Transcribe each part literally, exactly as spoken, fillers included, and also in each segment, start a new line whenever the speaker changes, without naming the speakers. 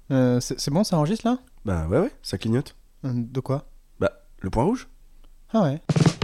Euh, c'est, c'est bon, ça enregistre là?
Bah ouais, ouais, ça clignote.
Euh, De quoi?
Bah, le point rouge.
Ah ouais.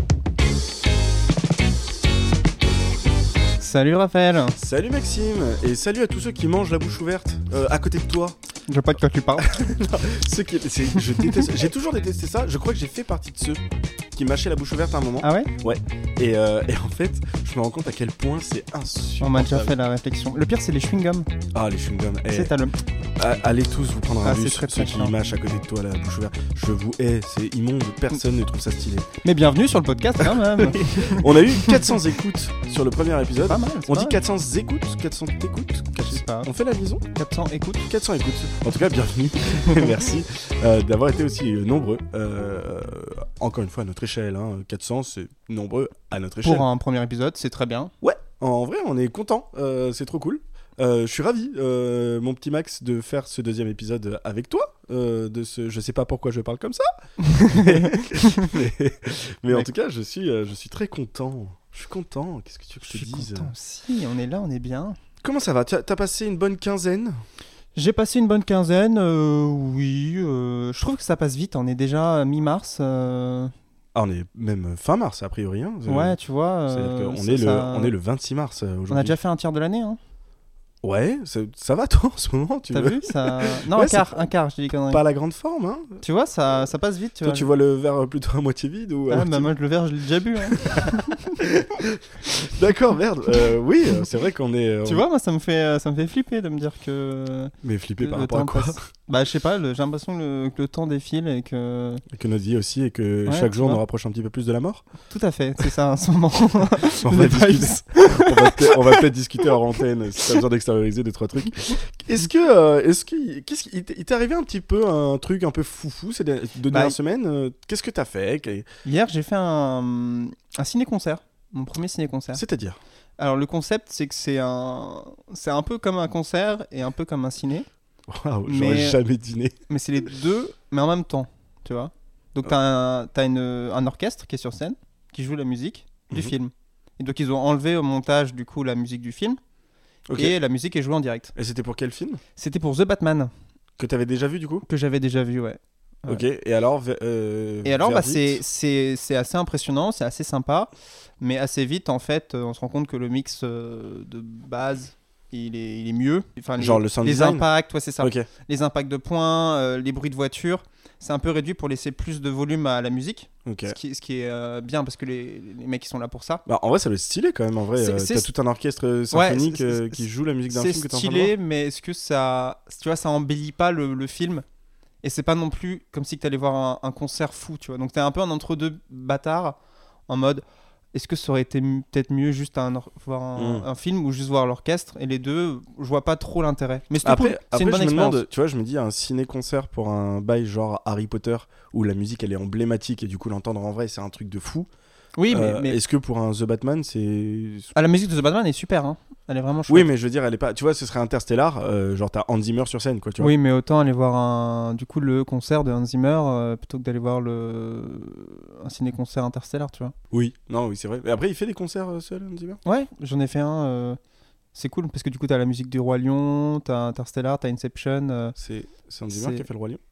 Salut Raphaël.
Salut Maxime, et salut à tous ceux qui mangent la bouche ouverte, euh, à côté de toi.
Je sais pas de quoi tu parles.
Non, ceux qui, c'est, je déteste, j'ai toujours détesté ça, je crois que j'ai fait partie de ceux qui mâchaient la bouche ouverte à un moment.
Ah ouais?
Ouais, et, euh, et en fait, je me rends compte à quel point c'est insupportable.
On m'a déjà fait la réflexion. Le pire, c'est les chewing-gums.
Ah, les chewing-gums,
Tu
eh,
sais, t'as le...
a- allez tous vous prendre un
Ah,
bus,
c'est très,
ceux
très
qui
chiant.
mâchent à côté de toi la bouche ouverte. Je vous hais, c'est immonde, personne ne trouve ça stylé.
Mais bienvenue sur le podcast quand même.
On a eu quatre cents écoutes sur le premier épisode.
Pas mal. c'est
On
pas
dit
mal.
quatre cents écoutes, quatre cents écoutes.
Je sais pas.
On fait la liaison.
quatre cents écoutes.
quatre cents écoutes. En tout cas, bienvenue. Merci euh, d'avoir été aussi euh, nombreux. Euh, encore une fois, à notre échelle. Hein. quatre cents, c'est nombreux à notre échelle.
Pour un premier épisode, c'est très bien.
Ouais, en vrai, on est content. Euh, c'est trop cool. Euh, je suis ravi, euh, mon petit Max, de faire ce deuxième épisode avec toi. Euh, de ce, je sais pas pourquoi je parle comme ça, mais, mais, mais en tout cas, je suis, euh, je suis très content. Je suis content. Qu'est-ce que tu veux que je
Je
te
suis
dise?
content aussi. On est là, on est bien.
Comment ça va? T'as t'as passé une bonne quinzaine?
J'ai passé une bonne quinzaine. euh, oui. euh, je trouve que ça passe vite. On est déjà mi-mars. euh,
Ah, on est même fin mars, a priori. Hein.
Ouais, tu vois.
C'est-à-dire
euh,
qu'on
ça-
est, le,
ça-
on est le vingt-six mars euh, aujourd'hui.
On a déjà fait un tiers de l'année, hein.
Ouais, ça, ça va toi en ce moment, tu
T'as
veux
vu ça? Non,
Ouais,
un quart, un quart, je dis des conneries.
Pas la grande forme, hein.
Tu vois, ça, ça passe vite, tu
Toi,
vois.
tu vois le verre plutôt à moitié vide ou à
Ah,
moitié-
bah moi, le verre, je l'ai déjà bu. Hein.
D'accord, merde. Euh, oui, euh, c'est vrai qu'on est.
Tu
on-
vois, moi, ça me fait, euh, ça me fait flipper de me dire que.
Mais flipper
que
par
le
rapport à
temps
quoi?
passe. Bah, je sais pas, le- j'ai l'impression que le, que le temps défile et que.
Que notre vie aussi et que
Ouais,
chaque
tu
jour
vois.
nous rapproche un petit peu plus de la mort.
Tout à fait, c'est ça, en ce moment.
On va
Les
discuter.
vibes.
on va peut-être on va peut-être discuter hors antenne si t'as besoin d'extérioriser deux trois trucs. Est-ce que euh, est-ce que qu'est-ce qui il t'est il t'est arrivé un petit peu un truc un peu foufou ces deux deux
Bah,
dernières semaines? euh, Qu'est-ce que t'as fait? Qu'est-
Hier, j'ai fait un, un ciné-concert. Mon premier ciné-concert.
C'est-à-dire?
Alors, le concept, c'est que c'est un, c'est un peu comme un concert et un peu comme un ciné.
Waouh, j'aurais
Mais-
jamais dîné.
Mais c'est les deux, mais en même temps, tu vois. Donc t'as, un, t'as une, un orchestre qui est sur scène, qui joue la musique du
Mhm.
film. Et donc ils ont enlevé au montage du coup la musique du film,
Ok.
et la musique est jouée en direct.
Et c'était pour quel film?
C'était pour The Batman,
Que t'avais déjà vu du coup?
que j'avais déjà vu, ouais. Ouais.
Ok, et alors ve- euh,
Et alors bah,
verdict
c'est, c'est, c'est assez impressionnant, c'est assez sympa, mais assez vite en fait, euh, on se rend compte que le mix euh, de base, il est, il est mieux. Enfin, les,
Genre le sound
les
design?
impacts, ouais c'est ça.
Ok,
Les impacts de points, euh, les bruits de voiture, c'est un peu réduit pour laisser plus de volume à la musique.
ok.
Ce qui, ce qui est euh, bien parce que les, les mecs ils sont là pour ça.
Bah, en vrai, ça doit être stylé quand même. En vrai,
C'est-
euh,
c'est-
t'as tout un orchestre symphonique
c'est-
euh,
c'est-
qui joue la musique d'un
C'est
film que t'es en train de voir.
stylé, mais est-ce que ça, tu vois, ça embellit pas le, le film? Et c'est pas non plus comme si tu allais voir un, un concert fou, tu vois. Donc t'es un peu un entre-deux bâtard en mode. Est-ce que ça aurait été m- peut-être mieux juste un, or- voir un,
Mm.
un film ou juste voir l'orchestre? Et les deux, je vois pas trop l'intérêt. Mais c'est
Après,
cool, c'est
après
une bonne
je me
expérience.
demande, tu vois, je me dis un ciné-concert pour un bail genre Harry Potter où la musique elle est emblématique et du coup l'entendre en vrai c'est un truc de fou.
Oui, mais,
Euh,
mais...
Est-ce que pour un The Batman c'est.
Ah, la musique de The Batman est super, hein. Elle est vraiment chouette.
Oui, mais je veux dire, elle est pas. Tu vois, ce serait Interstellar, euh, genre t'as Hans Zimmer sur scène quoi, tu vois.
Oui, mais autant aller voir un, du coup, le concert de Hans Zimmer euh, plutôt que d'aller voir le... un ciné-concert Interstellar, tu vois.
Oui, non, oui, c'est vrai. Et après, il fait des concerts euh, seul, Hans Zimmer?
Ouais, j'en ai fait un. euh, C'est cool parce que du coup, t'as la musique du Roi Lion, t'as Interstellar, t'as Inception. euh.
C'est c'est Hans Zimmer
C'est-
qui a fait le Roi Lion?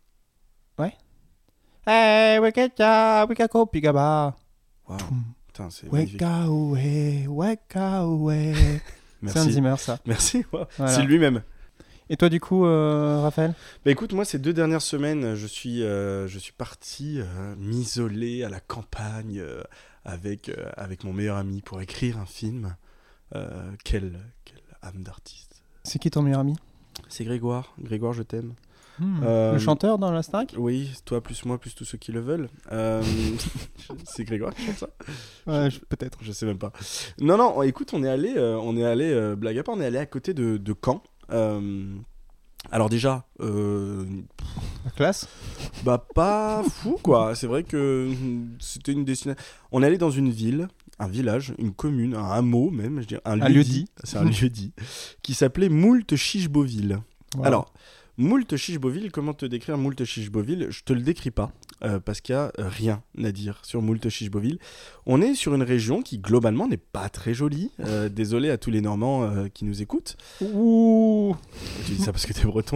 Hey, weka weka pigaba.
Waouh, putain, c'est
Weka
magnifique.
away, weka away. C'est Hans
Merci.
Zimmer, ça.
Merci, wow.
Voilà.
C'est lui-même.
Et toi, du coup, euh, Raphaël?
Bah écoute, moi ces deux dernières semaines, je suis, euh, je suis parti euh, m'isoler à la campagne euh, avec, euh, avec mon meilleur ami pour écrire un film. Euh, quelle, quelle âme d'artiste.
C'est qui ton meilleur ami?
C'est Grégoire. Grégoire, je t'aime.
Hmm,
Euh,
Le chanteur dans la stack?
Oui, toi plus moi plus tous ceux qui le veulent. Euh, c'est Grégoire qui chante ça?
Ouais, je- peut-être.
Je sais même pas. Non, non, écoute, on est allé, euh, on est allé, euh, blague à part, on est allé à côté de, de Caen. Euh, alors déjà, euh,
La classe?
bah pas fou quoi. C'est vrai que mm, c'était une destination. On est allé dans une ville, un village, une commune, un hameau même, je dirais, un,
Un
lieu-dit.
lieu-dit.
C'est un lieu-dit qui s'appelait Moult-Chicheboville.
Wow.
Alors, Moult-Chicheboville, comment te décrire Moult-Chicheboville? Je te le décris pas, euh, parce qu'il y a euh, rien à dire sur Moult-Chicheboville. On est sur une région qui, globalement, n'est pas très jolie. Euh, désolé à tous les Normands euh, qui nous écoutent.
Ouh.
Tu dis ça parce que t'es breton.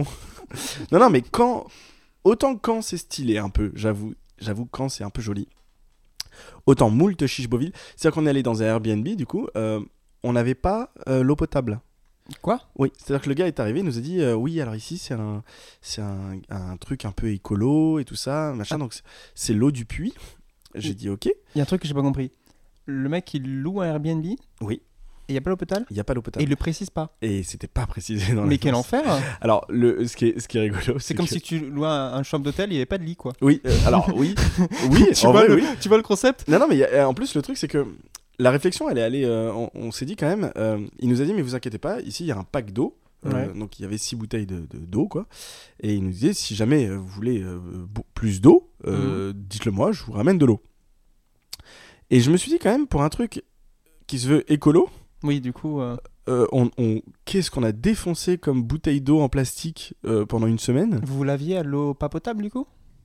Non, non, mais quand. Autant quand c'est stylé un peu, j'avoue, j'avoue quand c'est un peu joli. Autant moult chiche Beauville. C'est-à-dire qu'on est allé dans un Airbnb, du coup, euh, on n'avait pas euh, l'eau potable.
Quoi ?
Oui, c'est-à-dire que le gars est arrivé, il nous a dit euh, oui, alors ici c'est un, c'est un, un truc un peu écolo et tout ça, machin,
Ah.
donc c'est, c'est l'eau du puits. J'ai dit ok.
Il y a un truc que j'ai pas compris. Le mec, il loue un Airbnb et
Oui,
il n'y a pas l'eau potable
il n'y a pas l'eau
et
potable.
il le précise pas.
Et c'était pas précisé dans la
Mais quel
réponse.
enfer.
Alors, le, ce, qui est, ce qui est rigolo, c'est,
C'est comme
que...
si tu louais un, un chambre d'hôtel, il n'y avait pas de lit, quoi.
Oui, euh, alors oui, oui,
tu,
en
vois
vrai,
le,
oui.
tu vois le concept ?
Non, non, mais y a- en plus, le truc, c'est que la réflexion, elle est allée. Euh, on, on s'est dit quand même. Euh, il nous a dit, mais vous inquiétez pas, ici, il y a un pack d'eau. Euh,
Ouais.
Donc, il y avait six bouteilles de, de- d'eau, quoi. Et il nous disait, si jamais euh, vous voulez euh, bo- plus d'eau, euh, dites-le moi, je vous ramène de l'eau. Et je me suis dit, quand même, pour un truc qui se veut écolo,
Oui, du coup. euh,
euh, on, on- qu'est-ce qu'on a défoncé comme bouteille d'eau en plastique euh, pendant une semaine ?
Vous laviez à l'eau pas potable, du coup ?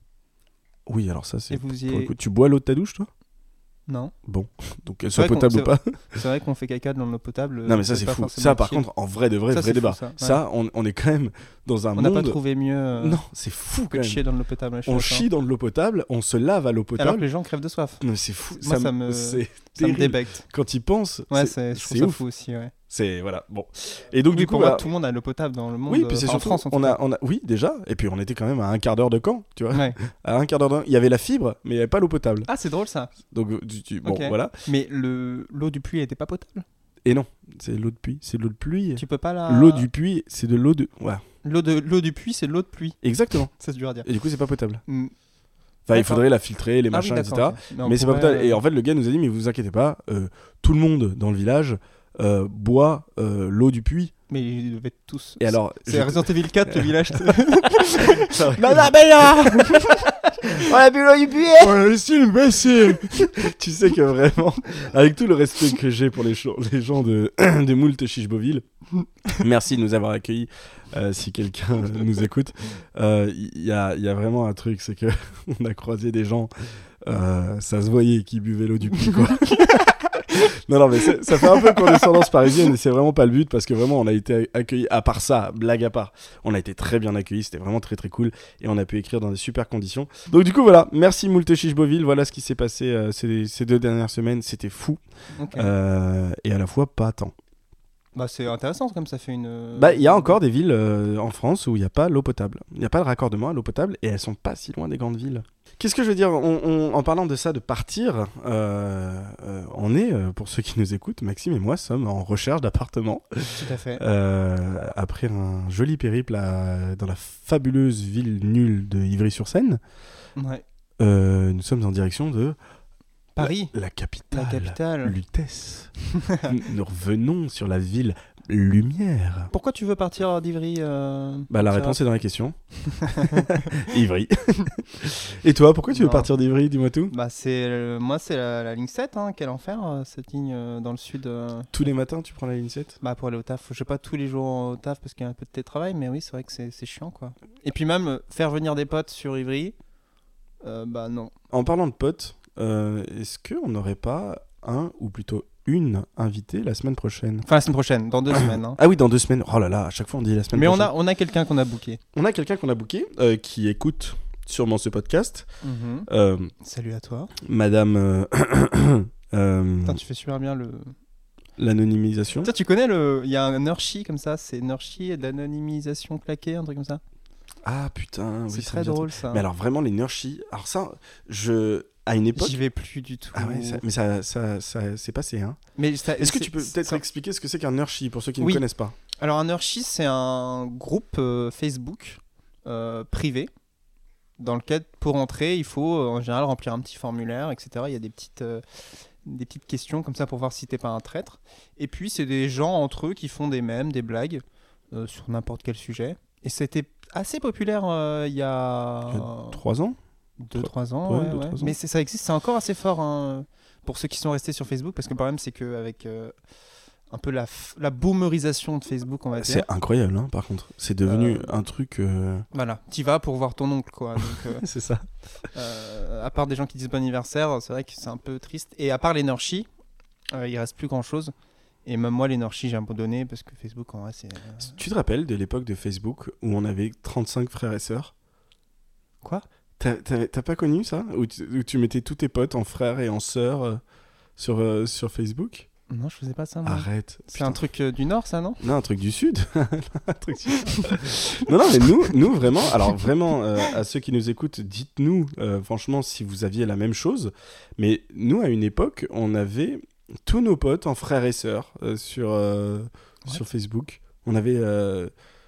Oui, alors ça, c'est.
Et vous y
Pour le
êtes-
coup, tu bois l'eau de ta douche, toi ?
Non.
Bon, donc qu'elle
C'est
soit
vrai qu'on-
potable
c'est
ou pas.
C'est vrai qu'on fait caca dans l'eau potable.
Non, mais ça,
euh,
c'est
pas
fou.
forcément
Ça, par
utile.
contre, en vrai de vrai,
Ça,
vrai
c'est
débat.
fou, ça, ouais.
Ça, on, on est quand même dans un
On n'a
monde.
pas trouvé mieux euh,
Non, c'est fou
que
quand
de
même.
chier dans de l'eau potable. ouais, je suis
On
d'accord.
chie dans de l'eau potable, on se lave à l'eau
Alors que
potable.
les gens crèvent de soif.
Non, mais c'est fou.
Moi, ça
m-
me-
C'est
Ça me
terrible.
débecte.
Quand ils pensent,
Ouais,
c'est,
c'est, je trouve
c'est
ça
ouf.
fou aussi. Ouais.
C'est voilà. Bon. Et donc
Oui,
du coup,
pour moi,
voilà.
tout le monde a l'eau potable dans le monde.
Oui, puis c'est
euh, en
surtout,
France, en tout
on
cas.
a, on a, oui, déjà. Et puis on était quand même à un quart d'heure de Caen, tu vois.
Ouais.
À un quart d'heure de Caen, il y avait la fibre, mais il n'y avait pas l'eau potable.
Ah, c'est drôle ça.
Donc euh, tu, tu- bon,
Ok.
voilà.
Mais le l'eau du puits était pas potable.
Et non, c'est l'eau de puits, c'est de l'eau de pluie.
Tu peux pas la.
L'eau du puits, c'est de l'eau de. Ouais,
L'eau de l'eau du puits, c'est de l'eau de pluie.
exactement.
Ça c'est dur à dire.
Et du coup, c'est pas potable.
Mm.
Enfin, il
D'accord.
faudrait la filtrer, les
Ah oui,
machins,
d'accord,
et cetera.
ok. on
Mais c'est pas
pourrait,
potable. Et
euh,
en fait, le gars nous a dit, mais vous inquiétez pas, euh, tout le monde dans le village euh, boit euh, l'eau du puits.
Mais ils devaient être tous.
Et alors,
C'est
je-
Resident Evil quatre, le village.
Ça aurait-
Madame Bella On a bu l'eau du puits.
Ouais, c'est imbécile. Tu sais que vraiment, avec tout le respect que j'ai pour les, cho- les gens de, de Moult Chiche Beauville, merci de nous avoir accueillis. euh, si quelqu'un nous écoute, Euh, il y, a, il y a vraiment un truc, c'est que on a croisé des gens, euh, ça se voyait qui buvaient l'eau du puits, quoi. Non, non, mais c'est- ça fait un peu condescendance parisienne et c'est vraiment pas le but parce que vraiment on a été accueillis, à part ça, blague à part, on a été très bien accueillis, c'était vraiment très très cool et on a pu écrire dans des super conditions. Donc du coup voilà, merci Moult Chiche Beauville, voilà ce qui s'est passé euh, ces, ces deux dernières semaines, c'était fou
Ok.
euh, et à la fois pas tant.
Bah c'est intéressant comme ça fait une.
Bah il y a encore des villes euh, en France où il n'y a pas l'eau potable, il n'y a pas de raccordement à l'eau potable et elles sont pas si loin des grandes villes. Qu'est-ce que je veux dire on, on- en parlant de ça, de partir, euh, euh, on est, euh, pour ceux qui nous écoutent, Maxime et moi sommes en recherche d'appartement.
Tout à fait.
Euh, après un joli périple à- dans la fabuleuse ville nulle de Ivry-sur-Seine,
Ouais.
euh, nous sommes en direction de
Paris,
la, la capitale,
la capitale.
Lutèce. nous, nous revenons sur la ville Lumière.
Pourquoi tu veux partir d'Ivry euh,
Bah, la
ça
réponse est dans la question. Ivry. Et toi, pourquoi tu veux
Non.
partir d'Ivry? Dis-moi tout.
Bah c'est euh, moi c'est la, la ligne sept, hein, quel enfer euh, cette ligne euh, dans le sud. euh,
Tous les matins, tu prends la ligne sept?
Bah pour aller au taf, je sais pas tous les jours au taf parce qu'il y a un peu de télétravail, mais oui c'est vrai que c'est c'est chiant quoi. Et puis même euh, faire venir des potes sur Ivry, euh, bah non.
En parlant de potes, euh, est-ce qu'on n'aurait pas un, ou plutôt une invitée la semaine prochaine?
Enfin la semaine prochaine, dans deux semaines. Hein.
Ah oui, dans deux semaines. Oh là là, à chaque fois on dit la semaine
Mais on
prochaine.
a on a quelqu'un qu'on a booké.
On a quelqu'un qu'on a booké euh, qui écoute sûrement ce podcast.
Mhm.
Euh,
Salut à toi.
Madame euh, euh,
Putain, tu fais super bien le.
l'anonymisation.
Tiens, tu connais le. Il y a un Nurshi comme ça, c'est Nurshi et de l'anonymisation claquée, un truc comme ça.
Ah putain, oui,
c'est
ça
très
me dit un
drôle
truc.
ça.
Mais alors vraiment les Nurshi, alors ça, je à une époque.
J'y vais plus du tout.
Ah ouais, ça- mais ça, ça, ça c'est passé hein.
Mais ça-
Est-ce que
c'est-
tu peux
c'est-
peut-être
c'est-
expliquer ce que c'est qu'un Nurshi pour ceux qui
Oui.
ne connaissent pas?
Alors un Nurshi, c'est un groupe euh, Facebook euh, privé dans lequel pour entrer, il faut euh, en général remplir un petit formulaire, et cetera. Il y a des petites, euh, des petites questions comme ça pour voir si t'es pas un traître. Et puis c'est des gens entre eux qui font des mèmes, des blagues euh, sur n'importe quel sujet. Et c'était assez populaire euh, il y a
Il y a Trois ans?
deux trois ans.
ouais,
ouais,
deux,
ouais.
trois ans.
Mais c'est- ça existe, c'est encore assez fort hein, pour ceux qui sont restés sur Facebook parce que le problème c'est qu'avec euh, un peu la, f- la boomerisation de Facebook, on va dire.
C'est incroyable hein, par contre. C'est devenu
Euh,
un truc. euh,
Voilà, t'y vas pour voir ton oncle, quoi. Donc, euh,
c'est ça.
euh, à part des gens qui disent bon anniversaire, c'est vrai que c'est un peu triste. Et à part les Nurshi, euh, il reste plus grand chose. Et même moi, les Norchis, j'ai abandonné parce que Facebook, en vrai, c'est. euh,
Tu te rappelles de l'époque de Facebook où on avait trente-cinq frères et sœurs?
Quoi?
T'as, t'as- t'as pas connu ça où tu, où tu mettais tous tes potes en frères et en sœurs euh, sur, euh, sur Facebook?
Non, je faisais pas ça. Moi.
Arrête.
C'est un truc euh, du Nord, ça, non?
Non, un truc du Sud. Un truc du Sud. Non, non, mais nous, nous vraiment, alors vraiment, euh, à ceux qui nous écoutent, dites-nous, euh, franchement, si vous aviez la même chose. Mais nous, à une époque, on avait tous nos potes en frères et sœurs euh, sur, euh, sur Facebook. On avait... euh,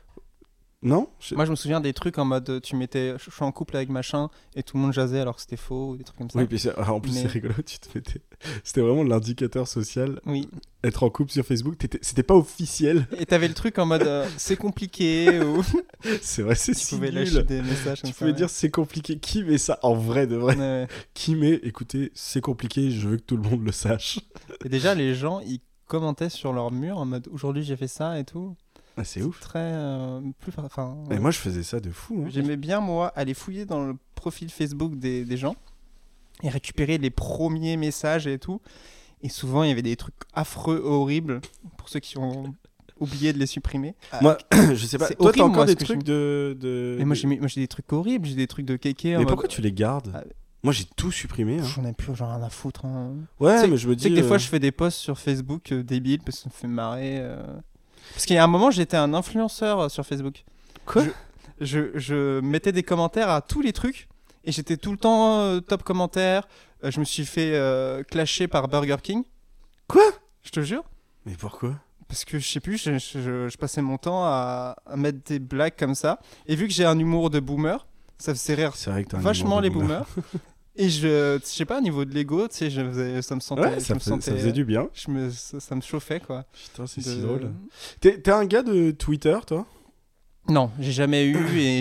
Non Je-
Moi, je me souviens des trucs en mode euh, tu mettais je suis en couple avec machin et tout le monde jasait alors que c'était faux ou des trucs comme ça.
Oui, puis c'est- alors, en plus,
Mais-
c'est rigolo, tu te mettais... C'était vraiment l'indicateur social.
Oui.
Être en couple sur Facebook, t'étais- c'était pas officiel.
Et t'avais le truc en mode euh, c'est compliqué ou
C'est vrai, c'est
tu
si
pouvais
nul.
lâcher des messages comme
Tu
ça.
pouvais
ouais.
dire c'est compliqué. Qui met ça en vrai de vrai?
Ouais, ouais.
Qui met, écoutez, c'est compliqué, je veux que tout le monde le sache.
Et déjà, les gens ils commentaient sur leur mur en mode aujourd'hui j'ai fait ça et tout.
Ah, c'est ouf.
Très euh, plus enfin.
Et
ouais.
moi, je faisais ça de fou. Hein.
J'aimais bien moi aller fouiller dans le profil Facebook des, des gens et récupérer les premiers messages et tout. Et souvent il y avait des trucs affreux, horribles pour ceux qui ont oublié de les supprimer.
Moi, je sais pas.
C'est
Toi, t'as
horrible,
encore
moi,
des
ce que
trucs de. de...
Et moi
de-
j'ai mis- moi, j'ai des trucs horribles, j'ai des trucs de kéké. en
Mais
mode-
pourquoi tu les gardes?
Ah,
Moi, j'ai tout supprimé. Hein.
J'en ai plus genre rien à foutre. hein.
Ouais,
Tu sais-
mais je me
Tu sais
dis.
que des fois
euh,
je fais des posts sur Facebook euh, débiles parce que ça me fait marrer. euh. Parce qu'il y a un moment j'étais un influenceur euh, sur Facebook.
Quoi
je, je, je mettais des commentaires à tous les trucs et j'étais tout le temps euh, top commentaire. Euh, je me suis fait euh, clasher par Burger King.
Quoi?
Je te jure.
Mais pourquoi?
Parce que je sais plus, je, je- je passais mon temps à, à mettre des blagues comme ça. Et vu que j'ai un humour de boomer, ça faisait rire
C'est vrai que t'as un
vachement
humour de
les
boomer.
boomers. Et je, je sais pas, au niveau de l'ego, tu sais, je faisais- ça me sentait.
Ouais,
je
ça,
me
fais-
sentais
ça faisait du bien.
je me, ça, ça me chauffait quoi.
Putain, c'est
De-
si drôle. T'es, t'es un gars de Twitter, toi?
Non, j'ai jamais eu et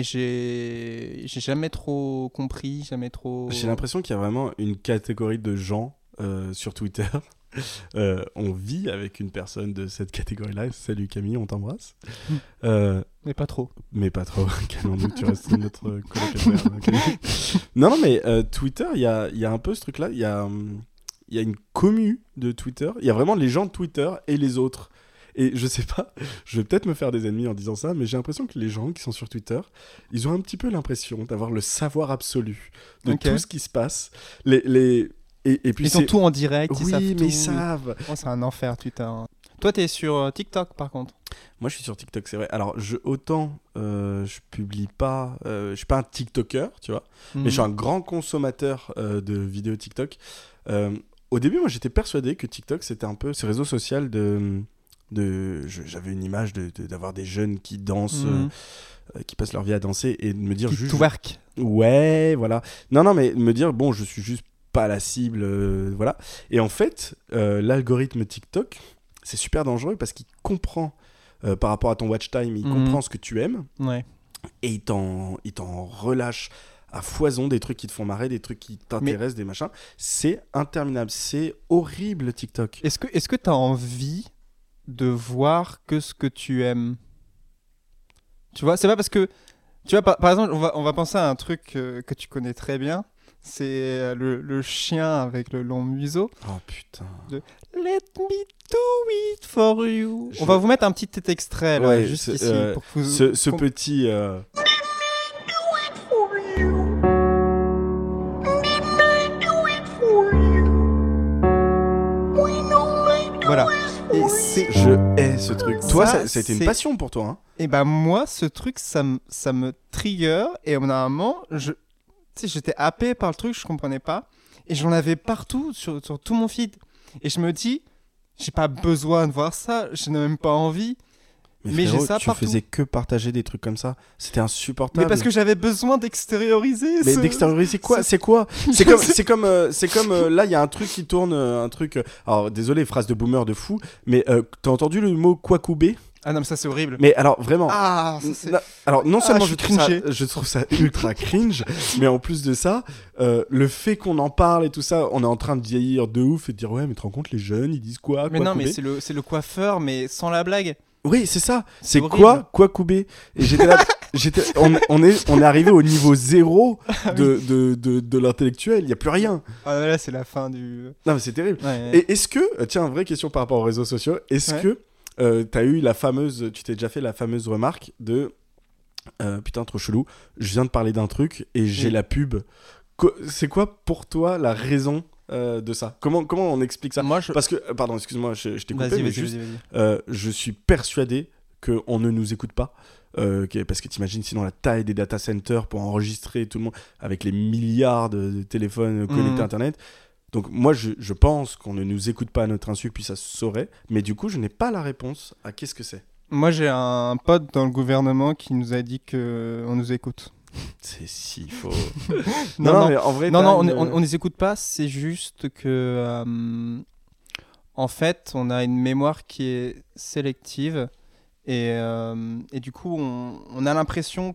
j'ai j'ai jamais trop compris, jamais trop.
J'ai l'impression qu'il y a vraiment une catégorie de gens euh, sur Twitter. Euh, on vit avec une personne de cette catégorie-là. Salut Camille, on t'embrasse. Euh,
Mais pas trop.
mais pas trop. Calmons-nous, tu restes notre colocataire. hein, Camille. non, non, mais euh, Twitter, il y a, il y a un peu ce truc-là. Il y a, hum, il y a une commu de Twitter. Il y a vraiment les gens de Twitter et les autres. Et je sais pas, je vais peut-être me faire des ennemis en disant ça, mais j'ai l'impression que les gens qui sont sur Twitter, ils ont un petit peu l'impression d'avoir le savoir absolu de
Ok.
tout ce qui se passe. Les, les... Et, et puis
Ils sont
c'est-
tout en direct,
Oui,
ils savent
mais
tout.
ils savent.
Oh, c'est un enfer Twitter. hein. Toi, t'es sur euh, TikTok par contre.
Moi, je suis sur TikTok, c'est vrai. Alors, je, autant euh, je publie pas, euh, je suis pas un TikToker, tu vois, mais je suis un grand consommateur euh, de vidéos TikTok. Euh, au début, moi, j'étais persuadé que TikTok, c'était un peu ce réseau social de, de, je- j'avais une image de, de- d'avoir des jeunes qui dansent,
Mhm.
euh, qui passent leur vie à danser et de me dire
Qui
juste,
twerk.
ouais, voilà. Non, non, mais me dire, bon, je suis juste pas la cible, euh, voilà. Et en fait, euh, l'algorithme TikTok, c'est super dangereux parce qu'il comprend, euh, par rapport à ton watch time, il
Mhm.
comprend ce que tu aimes
Ouais.
et il t'en, il t'en relâche à foison des trucs qui te font marrer, des trucs qui t'intéressent, des machins. C'est interminable, c'est horrible TikTok.
Est-ce que est-ce que t'as envie de voir que ce que tu aimes? Tu vois, c'est pas parce que tu vois par, par exemple, on va on va penser à un truc euh, que tu connais très bien. C'est euh, le, le chien avec le long museau.
Oh putain.
Let me do it for you.
Je-
On va vous mettre un petit extrait là,
Ouais,
juste
ce-
ici
euh,
pour que vous.
Ce, ce
com-
petit... euh,
Voilà. Et c'est
Je hais ce truc. Toi,
Ça,
ça, ça a été une
c'est-
passion pour toi, hein.
Et ben moi, ce truc, ça, me- ça me trigger. Et au bout d'un moment, je, tu sais, j'étais happé par le truc, je comprenais pas. Et j'en avais partout, sur, sur tout mon feed. Et je me dis, j'ai pas besoin de voir ça, je n'ai même pas envie. Mais j'ai
frérot,
ça
tu
partout.
faisais que partager des trucs comme ça. C'était insupportable.
Mais parce que j'avais besoin d'extérioriser.
Mais
ce-
d'extérioriser quoi
ce-
C'est quoi C'est comme, c'est comme, euh, c'est comme euh, là, il y a un truc qui tourne, euh, un truc. euh, alors, désolé, phrase de boomer de fou, mais euh, t'as entendu le mot Kwakubé?
Ah non, mais ça c'est horrible.
Mais alors, vraiment.
Ah, ça c'est.
Non, alors non
Ah,
seulement
je
je,
suis
trouve ça,
cringé.
je trouve ça ultra cringe, mais en plus de ça, euh, le fait qu'on en parle et tout ça, on est en train de vieillir de ouf et de dire ouais mais tu te rends compte les jeunes ils disent quoi
Mais non, mais
Kwakubé
c'est le, c'est le coiffeur, mais sans la blague.
Oui c'est ça, c'est
horrible.
quoi Kwakubé? Et j'étais là, J'étais, on, on, est, on est arrivé au niveau zéro de, de, de, de l'intellectuel, il n'y a plus rien.
Ah, là, c'est la fin du.
Non, mais c'est terrible.
Ouais, ouais.
Et est-ce que, tiens, vraie question par rapport aux réseaux sociaux, est-ce
Ouais.
que euh, t'as eu la fameuse, tu t'es déjà fait la fameuse remarque de euh, putain, trop chelou, je viens de parler d'un truc et j'ai
Oui.
la pub. Co- c'est quoi pour toi la raison euh, de ça? Comment, comment on explique ça?
Moi, je.
Parce que, euh, pardon, excuse-moi, je, je t'ai coupé,
Vas-y,
mais
vas-y,
juste,
vas-y, vas-y.
euh, je suis persuadé qu'on ne nous écoute pas. Euh, que- parce que t'imagines sinon la taille des data centers pour enregistrer tout le monde avec les milliards de, de téléphones connectés
Mhm.
à internet. Donc moi je, je pense qu'on ne nous écoute pas à notre insu, puis ça se saurait, mais du coup je n'ai pas la réponse à qu'est-ce que c'est.
Moi, j'ai un pote dans le gouvernement qui nous a dit qu'on nous écoute.
C'est si faux.
Non,
non,
non.
mais en vrai
Non,
t'as
non, on,
une-
on, on les écoute pas, c'est juste que. euh, en fait, on a une mémoire qui est sélective. Et, euh, et du coup, on, on a l'impression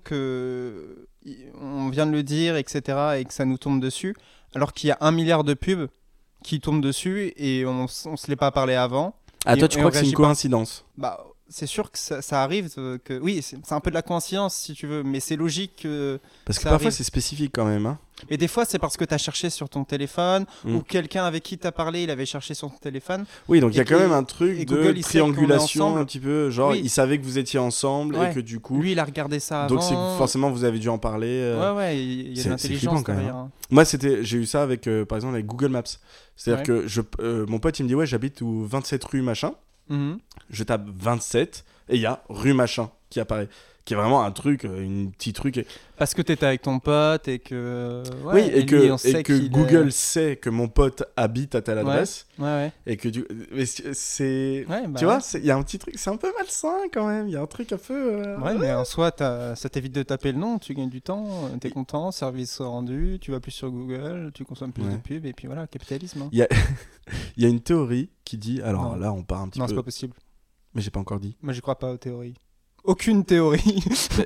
que y- on vient de le dire, et cetera, et que ça nous tombe dessus, alors qu'il y a un milliard de pubs qui tombent dessus et on, s- on se l'est pas parlé avant.
Ah
et-
toi tu
et
crois
on
que c'est une
réagit pas.
coïncidence?
Bah, c'est sûr que ça, ça arrive, euh, que oui, c'est c'est un peu de la coïncidence si tu veux, mais c'est logique que.
Parce que
ça
parfois
arrive.
c'est spécifique quand même. Hein.
Et des fois, c'est parce que tu as cherché sur ton téléphone
Mm.
ou quelqu'un avec qui tu as parlé, il avait cherché sur ton téléphone.
Oui, donc il y a
Et
quand
que-
même un truc
et
de
Google, il sait qu'on est
triangulation
ensemble.
un petit peu, genre
Oui.
il savait que vous étiez ensemble
Ouais.
et que du coup...
Lui, il a regardé ça avant.
donc c'est que forcément vous avez dû en parler. euh,
Ouais, ouais, il y a de
c'est- c'est
l'intelligence
flippant quand même,
derrière. hein.
Moi, c'était, j'ai eu ça avec, euh, par exemple, avec Google Maps. C'est-à-dire
Ouais.
que je, euh, mon pote, il me dit, ouais, j'habite au vingt-sept rue machin.
Mhm.
Je tape vingt-sept et il y a rue machin qui apparaît. Qui est vraiment un truc, euh, une petit truc. et-
Parce que t'étais avec ton pote et que. Ouais,
oui, et,
lui,
que,
on sait
et que
qu'il est-
Google sait que mon pote habite à telle adresse.
Ouais, ouais.
Et que du... mais c'est- c'est.
Ouais, bah
tu
ouais.
vois, c'est- il y a un petit truc, c'est un peu malsain quand même. Il y a un truc un peu. euh,
Ouais, mais en soi, t'as- ça t'évite de taper le nom, tu gagnes du temps, euh, t'es
Et-
content, service rendu, tu vas plus sur Google, tu consommes plus
Ouais.
de pubs, et puis voilà, capitalisme. hein.
Il y a... il y a une théorie qui dit. Alors
Non.
là, on part un petit
Non, c'est
peu.
pas possible.
Mais j'ai pas encore dit.
Moi, j'y crois pas aux théories. Aucune théorie.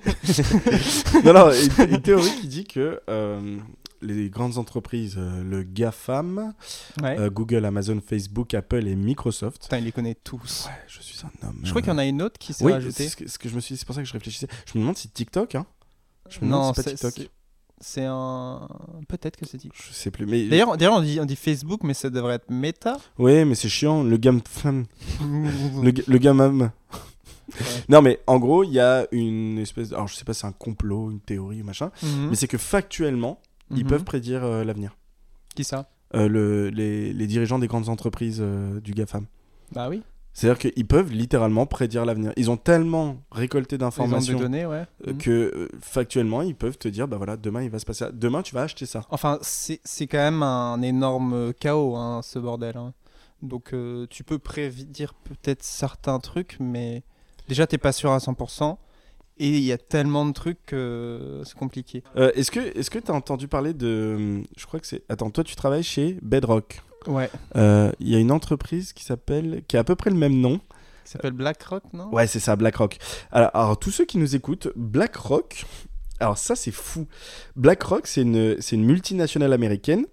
non, non, une, une théorie qui dit que euh, les grandes entreprises, euh, le GAFAM,
ouais.
euh, Google, Amazon, Facebook, Apple et Microsoft.
Putain, il les connaît tous.
Ouais, je suis un homme.
Je crois qu'il y en a une autre qui s'est
Oui,
rajoutée.
c'est ce, que, ce que je me suis dit, c'est pour ça que je réfléchissais. Je me demande si TikTok, hein. Je me
Non,
demande si c'est
c'est
pas TikTok.
c'est- c'est un. Peut-être que c'est dit.
Je sais plus. Mais...
D'ailleurs, d'ailleurs on, dit, on dit Facebook, mais ça devrait être Meta.
Oui, mais c'est chiant. Le GAMFAM. le,
le...
ga- le GAMAM. Non, mais en gros, il y a une espèce. De... Alors, je sais pas si c'est un complot, une théorie, machin.
Mhm.
Mais c'est que factuellement, ils
Mhm.
peuvent prédire euh, l'avenir.
Qui ça
Euh, le, les, les dirigeants des grandes entreprises euh, du GAFAM.
Bah oui.
C'est-à-dire qu'ils peuvent littéralement prédire l'avenir. Ils ont tellement récolté
Ils ont des
d'informations
données, ouais.
euh,
Mhm.
que euh, factuellement, ils peuvent te dire, bah voilà, demain il va se passer ça. Demain tu vas acheter ça.
Enfin, c'est c'est quand même un énorme chaos, hein, ce bordel. hein. Donc, euh, tu peux prédire peut-être certains trucs, mais déjà, t'es pas sûr à cent pour cent. Et il y a tellement de trucs que c'est compliqué.
Euh, est-ce que est-ce que t'as entendu parler de, hum, je crois que c'est, attends, toi tu travailles chez Bedrock.
Ouais.
Euh, Il y a une entreprise qui s'appelle, qui a à peu près le même nom.
Ça s'appelle BlackRock, non
Ouais, c'est ça, BlackRock. Alors, alors, tous ceux qui nous écoutent, BlackRock, alors ça c'est fou. BlackRock, c'est une, c'est une multinationale américaine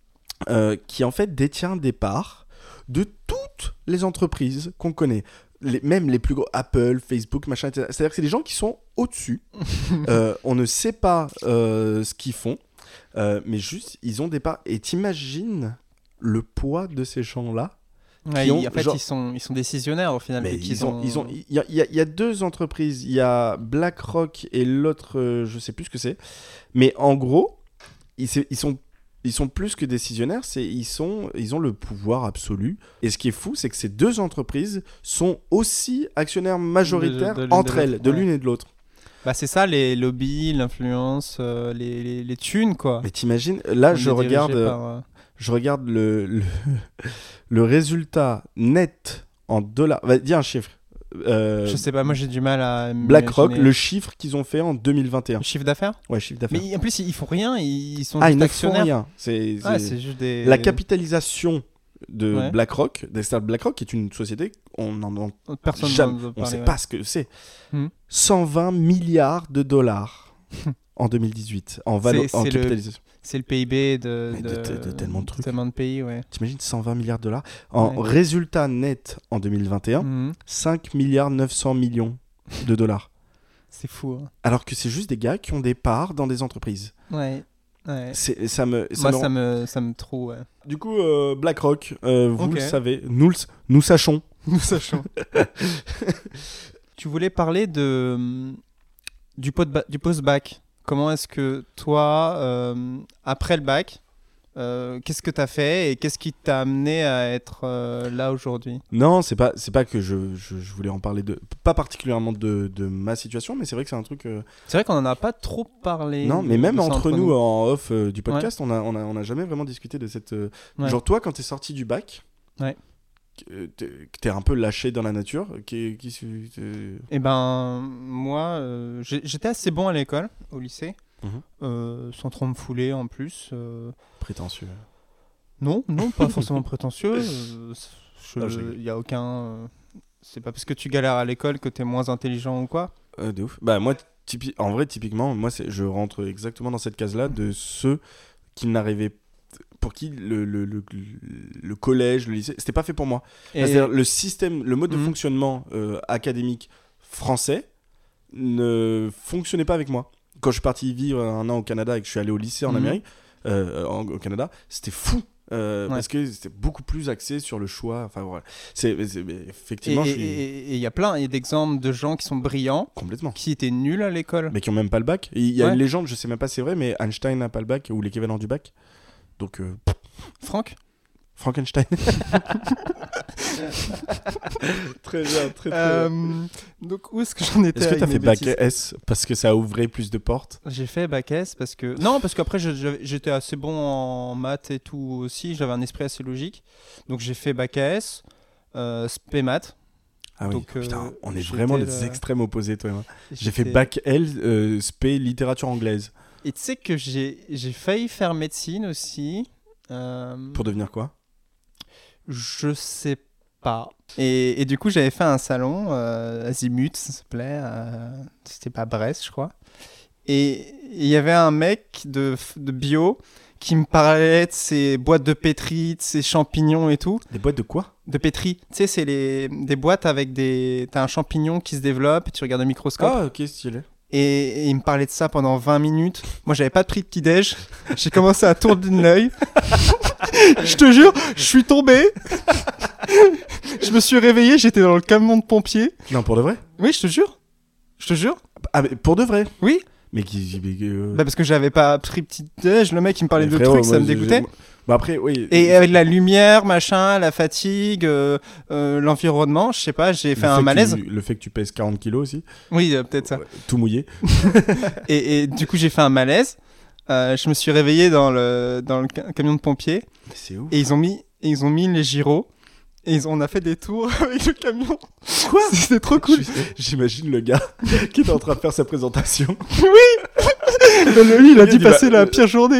euh, qui en fait détient des parts de toutes les entreprises qu'on connaît. Les, même les plus gros, Apple, Facebook, machin, et cetera. C'est-à-dire que c'est des gens qui sont au-dessus. Euh, on ne sait pas euh, ce qu'ils font, euh, mais juste, ils ont des parts. Et t'imagines le poids de ces gens-là?
Ouais,
qui ont,
ils- en fait,
genre-
ils, sont, ils sont décisionnaires au final.
Mais
vu
ils
qu'ils
ont, ils ont, il y a, il y a- il y a deux entreprises. Il y a BlackRock et l'autre, euh, je sais plus ce que c'est. Mais en gros, ils, c'est- ils sont, ils sont plus que décisionnaires. C'est, ils sont, ils ont le pouvoir absolu. Et ce qui est fou, c'est que ces deux entreprises sont aussi actionnaires majoritaires
De- de l'une
entre
de
elles,
l'autre,
de
ouais.
l'une et de l'autre.
Bah, c'est ça, les lobbies, l'influence, euh, les, les, les thunes, quoi.
Mais t'imagines, là,
On
je
est dirigé
regarde, euh,
par, euh,
je regarde le, le, le résultat net en dollars. Va, dis un chiffre. Euh,
Je sais pas, moi j'ai du mal à.
BlackRock,
m'imaginer.
le chiffre qu'ils ont fait en deux mille vingt et un.
Le chiffre d'affaires.
Ouais, chiffre d'affaires.
Mais en plus, ils font rien, ils sont
Ah, ils
juste
ne font
actionnaires.
rien. C'est,
Ah,
c'est-
c'est juste des.
La capitalisation de
Ouais.
BlackRock, c'est-à-dire BlackRock qui est une société, on n'en on,
Personne
jamais-
n'en veut
on
parler,
sait
ouais.
pas ce que c'est.
Hmm.
cent vingt milliards de dollars en deux mille dix-huit en, valo-
C'est-
en
c'est le-
capitalisation.
C'est le P I B de,
Mais de- de- de tellement de trucs.
tellement de pays, ouais.
T'imagines cent vingt milliards de dollars en
Ouais.
résultat net en deux mille vingt et un,
Mhm.
cinq milliards neuf cents millions de dollars.
C'est fou. Hein.
Alors que c'est juste des gars qui ont des parts dans des entreprises.
Ouais. Ouais.
C'est, ça me, ça
Moi,
me...
ça me, ça me trouve. Ouais.
Du coup, euh, BlackRock, euh, vous
Ok.
le savez, nous, le, nous sachons.
Nous sachons. Tu voulais parler de, du, pot de ba- du post-bac. Comment est-ce que toi, euh, après le bac, euh, qu'est-ce que tu as fait et qu'est-ce qui t'a amené à être euh, là aujourd'hui?
Non, c'est pas, c'est pas que je, je, je voulais en parler de, pas particulièrement de, de ma situation, mais c'est vrai que c'est un truc. Euh...
C'est vrai qu'on en a pas trop parlé.
Non,
de-
mais même
de ça
entre nous, en off euh, du podcast, on a, on a, on a jamais vraiment discuté de cette. Euh...
Ouais.
Genre toi, quand t'es sorti du bac,
Ouais.
que t'es, que t'es un peu lâché dans la nature, qui, qui, qui
Eh ben, moi, euh, j'ai- j'étais assez bon à l'école, au lycée,
Mhm.
euh, sans trop me fouler en plus. euh,
prétentieux.
Non, non, pas forcément prétentieux. Il
Ah, je rigole.
n'y a aucun. euh, C'est pas parce que tu galères à l'école que t'es moins intelligent ou quoi.
Euh, de ouf. Bah moi, typi- en vrai, typiquement, moi, c'est, je rentre exactement dans cette case-là de ceux qui n'arrivaient, pour qui le, le, le, le collège, le lycée, c'était pas fait pour moi.
Et
C'est-à-dire le système, le mode de
Mhm.
fonctionnement euh, académique français ne fonctionnait pas avec moi. Quand je suis parti vivre un an au Canada et que je suis allé au lycée en
Mhm.
Amérique, euh, en- au Canada, c'était fou. Euh,
Ouais.
Parce que c'était beaucoup plus axé sur le choix. Enfin voilà. C'est, c'est- mais
et
effectivement, je suis
il y a plein il y a d'exemples de gens qui sont brillants,
complètement.
qui étaient nuls à l'école.
Mais qui ont même pas le bac. Et il y a
Ouais.
une légende, je sais même pas si c'est vrai, mais Einstein n'a pas le bac ou l'équivalent du bac. Donc euh,
Franck
Frankenstein. Très bien, très très
Euh,
bien.
Donc où est-ce que j'en étais
Est-ce que
avec
t'as
mes
fait bac
bêtises
S parce que ça ouvrait plus de portes?
J'ai fait bac S parce que non parce qu'après je- je- j'étais assez bon en maths et tout aussi, j'avais un esprit assez logique, donc j'ai fait bac S, euh, spé maths.
Ah oui,
Donc, euh,
putain, on est
j'étais
vraiment les
le-
extrêmes opposés, toi et moi. J'ai fait
J'étais-
bac L, euh, spé, littérature anglaise.
Et tu sais que j'ai j'ai failli faire médecine aussi. euh,
Pour devenir quoi?
Je sais pas. Et, et du coup, j'avais fait un salon, euh, Azimut, ça s'appelait. euh, C'était pas Brest, je crois. Et il y avait un mec de, de bio qui me parlait de ses boîtes de pétri, de ses champignons et tout.
Des boîtes de quoi?
De pétri, tu sais, c'est les, des boîtes avec des... T'as un champignon qui se développe et tu regardes au microscope.
Ah, ok, stylé.
Et, et il me parlait de ça pendant vingt minutes. Moi, j'avais pas pris de petit-déj. J'ai commencé à tourner l'œil. Je te jure, je suis tombé. Je me suis réveillé, j'étais dans le camion de pompiers.
Non, pour de vrai?
Oui, je te jure. Je te jure.
Ah, mais pour de vrai?
Oui.
Mais qui. mais, euh,
Bah parce que j'avais pas pris petit-déj. Le mec, il me parlait
mais
de
frérot,
trucs, ça
moi,
me
j'ai-
dégoûtait.
Bah après, oui.
Et avec la lumière, machin, la fatigue, euh, euh, l'environnement, je sais pas, j'ai
le
fait un
que
malaise.
tu- le fait que tu pèses quarante kilos aussi.
Oui, euh, peut-être ça.
Ouais, tout mouillé.
Et, et du coup, j'ai fait un malaise. Euh, je me suis réveillé dans le, dans le ca- camion de pompiers.
Mais c'est ouf.
Et ils ont mis, et ils ont mis les gyros. Et ils ont, on a fait des tours avec le camion.
Quoi?
C'était trop cool.
J'imagine le gars qui est en train de faire sa présentation.
Le- Lui, il a
Il
dû
dit, bah,
passer la
euh,
pire journée.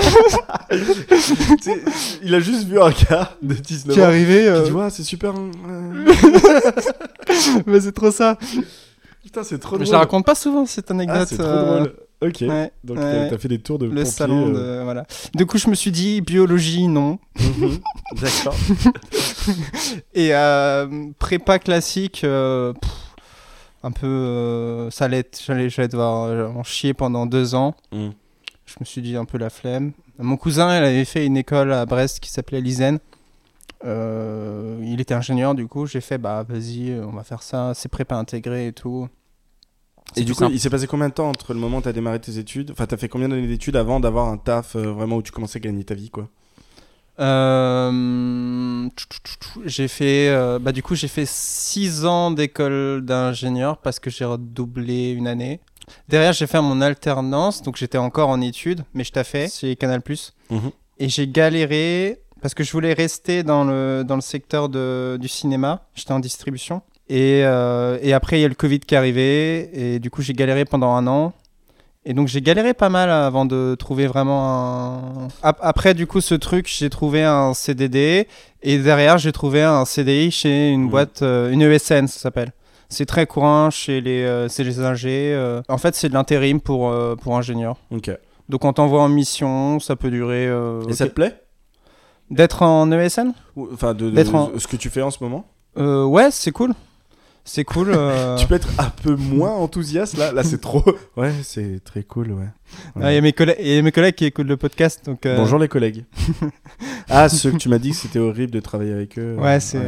Tu sais, il a juste vu un gars de dix-neuf
Qui est
ans
arrivé.
qui
euh,
dit ouais, c'est super. euh,
Mais c'est trop ça.
Putain, c'est trop
Mais
drôle.
je la raconte pas souvent cette anecdote.
Ah, c'est trop
euh,
drôle. Ok.
ouais,
Donc
ouais.
t'as- t'as fait des tours de
Le
pompiers,
salon
euh,
de. Voilà. Du coup, je me suis dit biologie, non.
mhm. D'accord.
Et euh, prépa classique, euh, pff, un peu. euh, ça allait être- J'allais j'allais devoir euh, en chier pendant deux ans.
Mm.
Je me suis dit un peu la flemme. Mon cousin, il avait fait une école à Brest qui s'appelait l'I S E N. Euh, il était ingénieur, du coup, j'ai fait, bah vas-y, on va faire ça, c'est prépa intégré et tout. C'est
Et du
plus
coup,
simple.
il s'est passé combien de temps entre le moment où t'as démarré tes études? Enfin, t'as fait combien d'années d'études avant d'avoir un taf euh, vraiment où tu commençais à gagner ta vie, quoi?
Euh, tchou, tchou, tchou, tchou, J'ai fait, euh, bah du coup, j'ai fait six ans d'école d'ingénieur parce que j'ai redoublé une année. Derrière, j'ai fait mon alternance, donc j'étais encore en études, mais je taffais chez Canal+.
Mhm.
Et j'ai galéré parce que je voulais rester dans le, dans le secteur de, du cinéma. J'étais en distribution. Et, euh, et après, il y a le Covid qui est arrivé. Et du coup, j'ai galéré pendant un an. Et donc, j'ai galéré pas mal avant de trouver vraiment un... Ap- Après, du coup, ce truc, j'ai trouvé un C D D. Et derrière, j'ai trouvé un C D I chez une
Mhm.
boîte, euh, une E S N, ça s'appelle. C'est très courant chez les, euh, chez les ingés. euh. En fait, c'est de l'intérim pour, euh, pour ingénieurs.
Ok.
Donc, on t'envoie en mission, ça peut durer... euh,
Et ça
ok.
te plaît?
D'être en E S N?
Ou- Enfin, de, de-
D'être en-
ce que tu fais en ce moment?
Euh, ouais, c'est cool. c'est cool. euh.
Tu peux être un peu moins enthousiaste là. Là, c'est trop. Ouais, c'est très cool, ouais. Ouais.
Ah, il y a mes collègues, il y a mes collègues qui écoutent le podcast, donc. euh,
Bonjour les collègues. Ah, ceux que tu m'as dit que c'était horrible de travailler avec eux.
Ouais, c'est.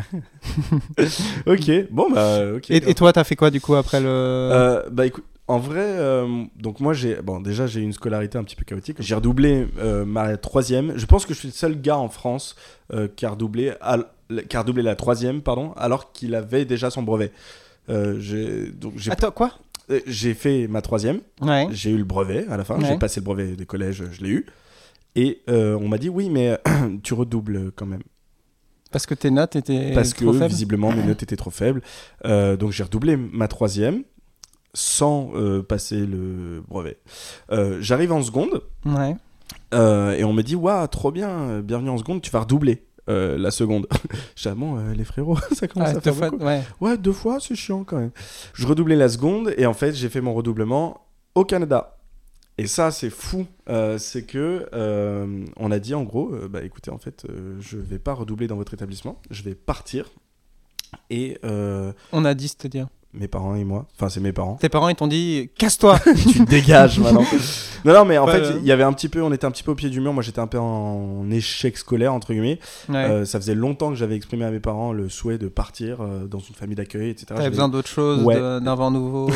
Ouais. Ok, bon bah ok.
Et, et toi, t'as fait quoi du coup après le.
Euh, bah écoute, en vrai, euh, donc moi j'ai, bon déjà j'ai eu une scolarité un petit peu chaotique. J'ai redoublé euh, ma troisième. Je pense que je suis le seul gars en France euh, qui a redoublé, à, qui a redoublé la troisième, pardon, alors qu'il avait déjà son brevet. Euh, j'ai, donc j'ai,
Attends, quoi?
euh, j'ai fait ma troisième.
Ouais.
J'ai eu le brevet à la fin.
Ouais.
J'ai passé le brevet des collèges, je l'ai eu. Et euh, on m'a dit oui, mais tu redoubles quand même.
Parce que tes notes étaient
Parce
trop
que
faibles.
visiblement mes notes étaient trop faibles. Euh, donc j'ai redoublé ma troisième sans euh, passer le brevet. Euh, j'arrive en seconde
Ouais.
euh, et on me dit waouh, trop bien, euh, bienvenue en seconde, tu vas redoubler euh, la seconde. J'ai dit, ah bon, euh, les frérots, ça commence
Ah,
à faire
deux fois-
beaucoup.
ouais.
Ouais, deux fois, c'est chiant quand même. Je redoublais la seconde et en fait j'ai fait mon redoublement au Canada. Et ça, c'est fou. Euh, c'est que euh, on a dit en gros, euh, bah écoutez, en fait, euh, je vais pas redoubler dans votre établissement, je vais partir. Et euh,
On a dit, c'est-à-dire.
mes parents et moi, enfin c'est mes parents.
Tes parents, ils t'ont dit, casse-toi.
Tu te dégages maintenant. Non, non, mais en
Ouais,
fait,
ouais.
il y avait un petit peu, on était un petit peu au pied du mur. Moi, j'étais un peu en échec scolaire entre guillemets.
Ouais.
Euh, ça faisait longtemps que j'avais exprimé à mes parents le souhait de partir euh, dans une famille d'accueil, et cetera.
T'avais
J'avais-
besoin d'autre chose,
Ouais.
de- d'un vent nouveau.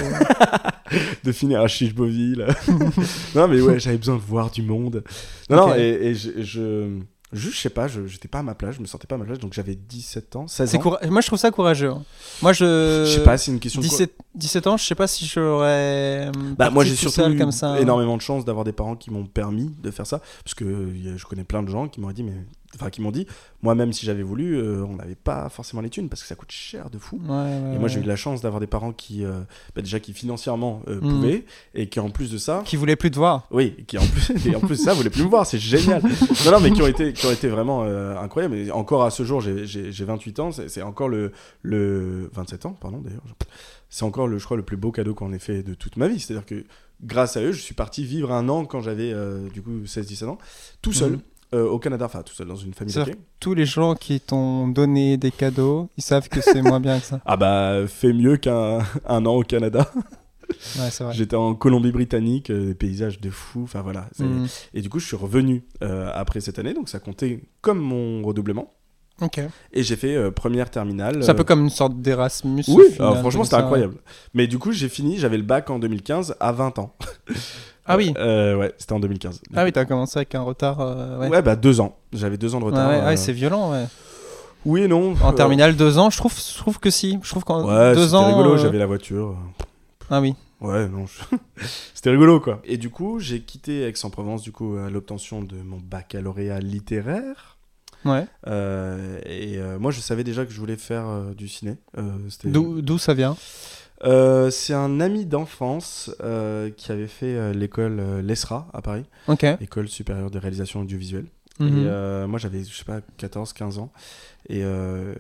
de finir à Chiche-Beauville. Non, mais ouais, j'avais besoin de voir du monde. Non,
Ok.
non, et, et je, je, juste, je sais pas, je, j'étais pas à ma place, je me sentais pas à ma place, donc j'avais dix-sept ans, seize
C'est
ans.
coura- Moi, je trouve ça courageux. hein. Moi, je.
Je sais pas, c'est une question de quoi.
dix-sept, dix-sept ans, je sais pas si j'aurais.
Bah, moi,
parti
j'ai
tout
surtout
seul
eu
comme ça. hein.
énormément de chance d'avoir des parents qui m'ont permis de faire ça. Parce que euh, y a- je connais plein de gens qui m'ont dit, mais. Enfin, qui m'ont dit, moi-même, si j'avais voulu, euh, on n'avait pas forcément les thunes parce que ça coûte cher de fou.
Ouais, ouais,
Et moi, j'ai eu
ouais.
de la chance d'avoir des parents qui, euh, bah, déjà, qui financièrement euh,
Mm.
pouvaient et qui, en plus de ça.
Qui voulait plus te voir.
Oui, qui en plus, et en plus de ça, voulaient plus me voir, c'est génial. Non, non, mais qui ont été, qui ont été vraiment euh, incroyables. Et encore à ce jour, j'ai, j'ai, j'ai vingt-huit ans, c'est, c'est encore le, le. vingt-sept ans, pardon, d'ailleurs. C'est encore, le, je crois, le plus beau cadeau qu'on ait fait de toute ma vie. C'est-à-dire que grâce à eux, je suis parti vivre un an quand j'avais, euh, du coup, seize dix-sept ans, tout seul.
Mhm.
Euh, au Canada, enfin tout seul dans une famille
C'est-à-dire
d'accueil.
Tous les gens qui t'ont donné des cadeaux, ils savent que c'est moins bien que ça.
Ah bah, fais mieux qu'un un an au Canada.
Ouais, c'est vrai.
J'étais en Colombie-Britannique, euh, des paysages de fou, enfin voilà. c'est-
Mm.
Et du coup, je suis revenu euh, après cette année, donc ça comptait comme mon redoublement.
Ok.
Et j'ai fait euh, première terminale.
C'est un
euh,
peu comme une sorte d'Erasmus.
Oui,
au final,
alors franchement
comme
c'était
ça.
incroyable. Mais du coup j'ai fini, j'avais le bac en deux mille quinze à vingt ans.
Ah oui.
Euh, ouais, c'était en deux mille quinze.
Ah oui, t'as commencé avec un retard. euh, ouais.
Ouais, bah deux ans. J'avais deux ans de
Ouais,
retard.
ouais,
euh,
ouais, c'est violent, ouais.
Oui et non.
En
Euh,
terminale, deux ans, je trouve, je trouve que si. Je trouve qu'en
Ouais,
deux
c'était
ans.
rigolo,
euh,
j'avais la voiture.
Ah oui.
Ouais, non. je- c'était rigolo quoi. Et du coup j'ai quitté Aix-en-Provence du coup à l'obtention de mon baccalauréat littéraire.
Ouais.
Euh, et euh, moi je savais déjà que je voulais faire euh, du ciné. Euh, c'était...
D'où d'où ça vient?
Euh, c'est un ami d'enfance euh, qui avait fait euh, l'école euh, l'E S R A à Paris,
Ok.
École supérieure de réalisation audiovisuelle.
Mhm.
Et euh, moi j'avais, je sais pas, quatorze quinze ans. Et, euh,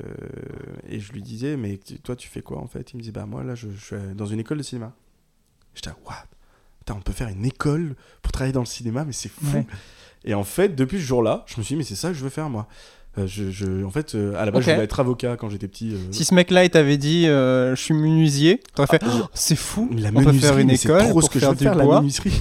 et je lui disais, mais tu- toi tu fais quoi en fait? Il me dit, bah moi là je, je suis dans une école de cinéma. J'étais, what? Putain, on peut faire une école pour travailler dans le cinéma, mais c'est fou.
Ouais.
Et en fait, depuis ce jour-là, je me suis dit, mais c'est ça que je veux faire moi. Euh, je, je- en fait, euh, à la base,
Ok.
je voulais être avocat quand j'étais petit. euh,
Si ce mec-là, il t'avait dit euh, je suis menuisier, t'aurais fait
Ah,
oh, c'est fou,
La
on peut
menuiserie,
faire une
mais c'est
école
trop
pour
ce que
faire
je veux
du
faire, la
bois.
menuiserie.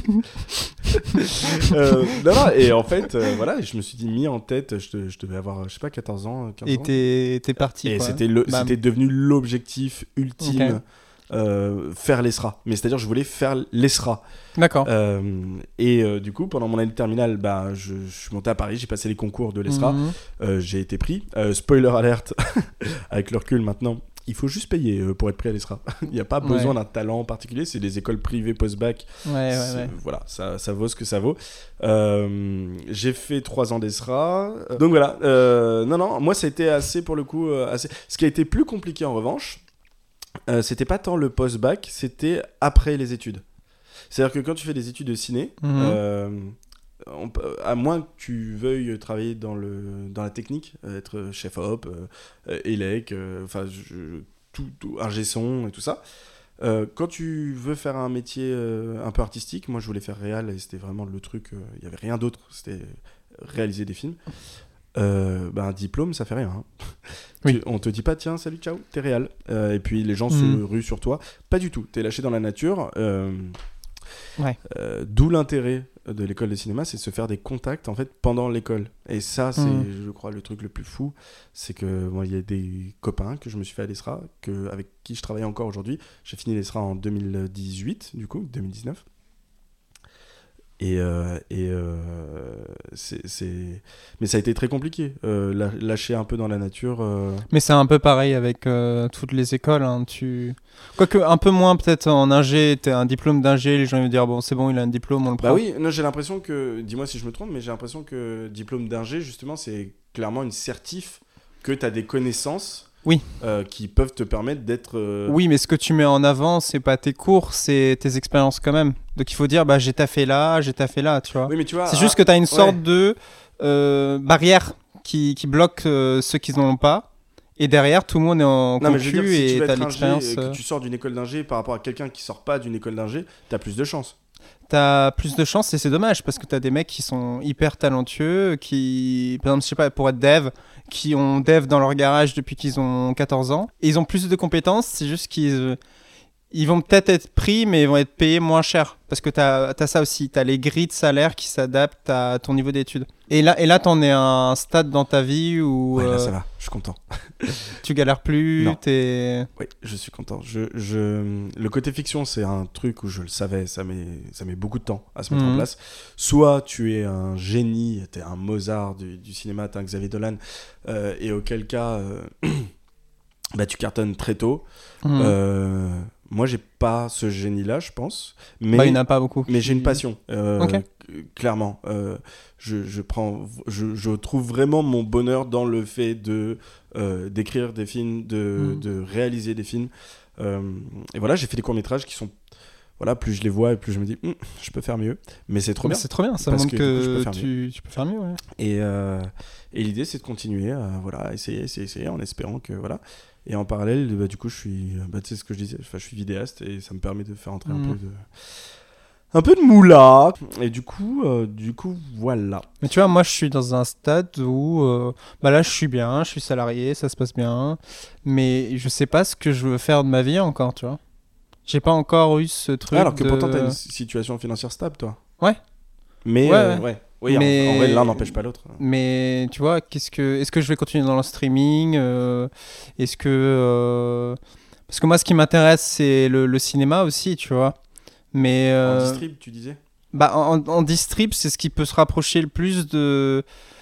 Euh, non, non, et en fait, euh, voilà, je me suis dit, mis en tête, je, de- je devais avoir, je sais pas, quatorze ans, quinze
Et
ans.
t'es t'es parti.
Et
quoi.
c'était, le,
Bam.
c'était devenu l'objectif ultime,
Ok.
euh, faire l'E S R A. Mais c'est-à-dire, je voulais faire l'E S R A.
D'accord.
Euh, et euh, du coup, pendant mon année de terminale, bah, je, je suis monté à Paris, j'ai passé les concours de l'E S R A.
Mhm.
Euh, j'ai été pris. Euh, spoiler alerte, avec le recul maintenant, il faut juste payer euh, pour être pris à l'E S R A. Il n'y a pas besoin
Ouais.
d'un talent particulier, c'est des écoles privées post-bac.
Ouais, ouais,
C'est-
ouais.
Voilà, ça, ça vaut ce que ça vaut. Euh, j'ai fait trois ans d'E S R A. Euh, donc voilà, euh, non, non, moi ça a été assez pour le coup. euh, assez... Ce qui a été plus compliqué en revanche, euh, c'était pas tant le post-bac, c'était après les études. C'est-à-dire que quand tu fais des études de ciné,
Mhm.
euh, on peut- à moins que tu veuilles travailler dans, le, dans la technique, euh, être chef op, euh, euh, élec, euh, enfin, je- tout, tout, ingé son et tout ça. Euh, quand tu veux faire un métier euh, un peu artistique, moi je voulais faire réal et c'était vraiment le truc, il n'y avait rien d'autre, c'était réaliser des films. Euh, bah, un diplôme, ça fait rien. Hein.
Oui.
Tu- on te dit pas, tiens, salut, ciao, t'es réal. Euh, et puis les gens se
Mm.
ruent sur toi. Pas du tout. T'es lâché dans la nature. Euh,
Ouais.
euh, d'où l'intérêt de l'école de cinéma, c'est de se faire des contacts en fait pendant l'école. Et ça, c'est,
Mm.
je crois, le truc le plus fou, c'est que bon, il y a des copains que je me suis fait à l'E S R A, que avec qui je travaille encore aujourd'hui. J'ai fini l'E S R A en deux mille dix-huit, du coup, deux mille dix-neuf. Et, euh, et euh, c'est, c'est... Mais ça a été très compliqué. Euh, la- lâcher un peu dans la nature. euh,
Mais c'est un peu pareil avec euh, toutes les écoles. Hein. Tu... Quoique un peu moins peut-être en ingé, t'as un diplôme d'ingé, les gens ils vont dire bon c'est bon, il a un diplôme, on le prend.
Bah oui, non, j'ai l'impression que, dis-moi si je me trompe, mais j'ai l'impression que diplôme d'ingé, justement, c'est clairement une certif que tu as des connaissances
Oui.
euh, qui peuvent te permettre d'être. euh,
Oui, mais ce que tu mets en avant, c'est pas tes cours, c'est tes expériences quand même. Donc il faut dire bah j'ai taffé là, j'ai taffé là, tu vois.
Oui, mais tu vois.
C'est
ah,
juste que tu as une sorte
ouais.
de euh, barrière qui, qui bloque euh, ceux qui n'en ont pas. Et derrière, tout le monde est en
Non, mais je veux
concu
dire, si tu
et
veux
tu as
être ingé,
l'expérience.
et que
euh,
tu sors d'une école d'ingé par rapport à quelqu'un qui sort pas d'une école d'ingé, t'as plus de chance.
T'as plus de chance et c'est dommage parce que t'as des mecs qui sont hyper talentueux, qui, par exemple, je sais pas, pour être dev, qui ont dev dans leur garage depuis qu'ils ont quatorze ans. Et ils ont plus de compétences, c'est juste qu'ils euh, ils vont peut-être être pris, mais ils vont être payés moins cher. Parce que t'as as ça aussi, t'as les grilles de salaire qui s'adaptent à ton niveau d'études. Et là, et là t'en es à un stade dans ta vie où
Ouais, là,
euh,
ça va, je suis content.
tu galères plus,
Non.
t'es...
Oui, je suis content. Je, je... Le côté fiction, c'est un truc où je le savais, ça met, ça met beaucoup de temps à se mettre
Mhm.
en place. Soit tu es un génie, t'es un Mozart du, du cinéma, t'es un Xavier Dolan, euh, et auquel cas, euh, bah, tu cartonnes très tôt.
Mhm.
Euh, moi, j'ai pas ce génie-là, je pense. Mais,
Bah, il n'y en a pas beaucoup.
mais
qui-
j'ai une passion, euh,
Ok.
c- clairement. Euh, je, je, prends, je, je trouve vraiment mon bonheur dans le fait de, euh, d'écrire des films, de,
Mhm.
de réaliser des films. Euh, et voilà, j'ai fait des courts-métrages qui sont... Voilà, plus je les vois et plus je me dis, Hm, je peux faire mieux. Mais c'est trop
Mais
bien.
c'est trop bien, ça
Parce
montre
que, du coup, je peux
que,
faire
tu, tu peux faire mieux. Ouais.
Et, euh, et l'idée, c'est de continuer à voilà, essayer, essayer, essayer, en espérant que... Voilà. Et en parallèle, bah, du coup, je suis... Bah, tu sais ce que je disais, enfin, je suis vidéaste et ça me permet de faire entrer
Mhm.
un peu de... Un peu de moula. Et du coup, euh, du coup, voilà.
Mais tu vois, moi, je suis dans un stade où, euh, bah là, je suis bien, je suis salarié, ça se passe bien, mais je sais pas ce que je veux faire de ma vie encore, tu vois. J'ai pas encore eu ce truc.
Ah, alors que
de...
pourtant, t'as une situation financière stable, toi.
Ouais.
Mais,
Ouais,
euh,
ouais.
ouais. Oui, en-
Mais-
en, vrai, l'un n'empêche pas l'autre.
Mais tu vois, qu'est-ce que, est-ce que je vais continuer dans le streaming euh, Est-ce que, euh, parce que moi, ce qui m'intéresse, c'est le, le cinéma aussi, tu vois. Mais
En
euh,
distrib, tu disais
bah, en, en distrib, c'est ce qui peut se rapprocher le plus de,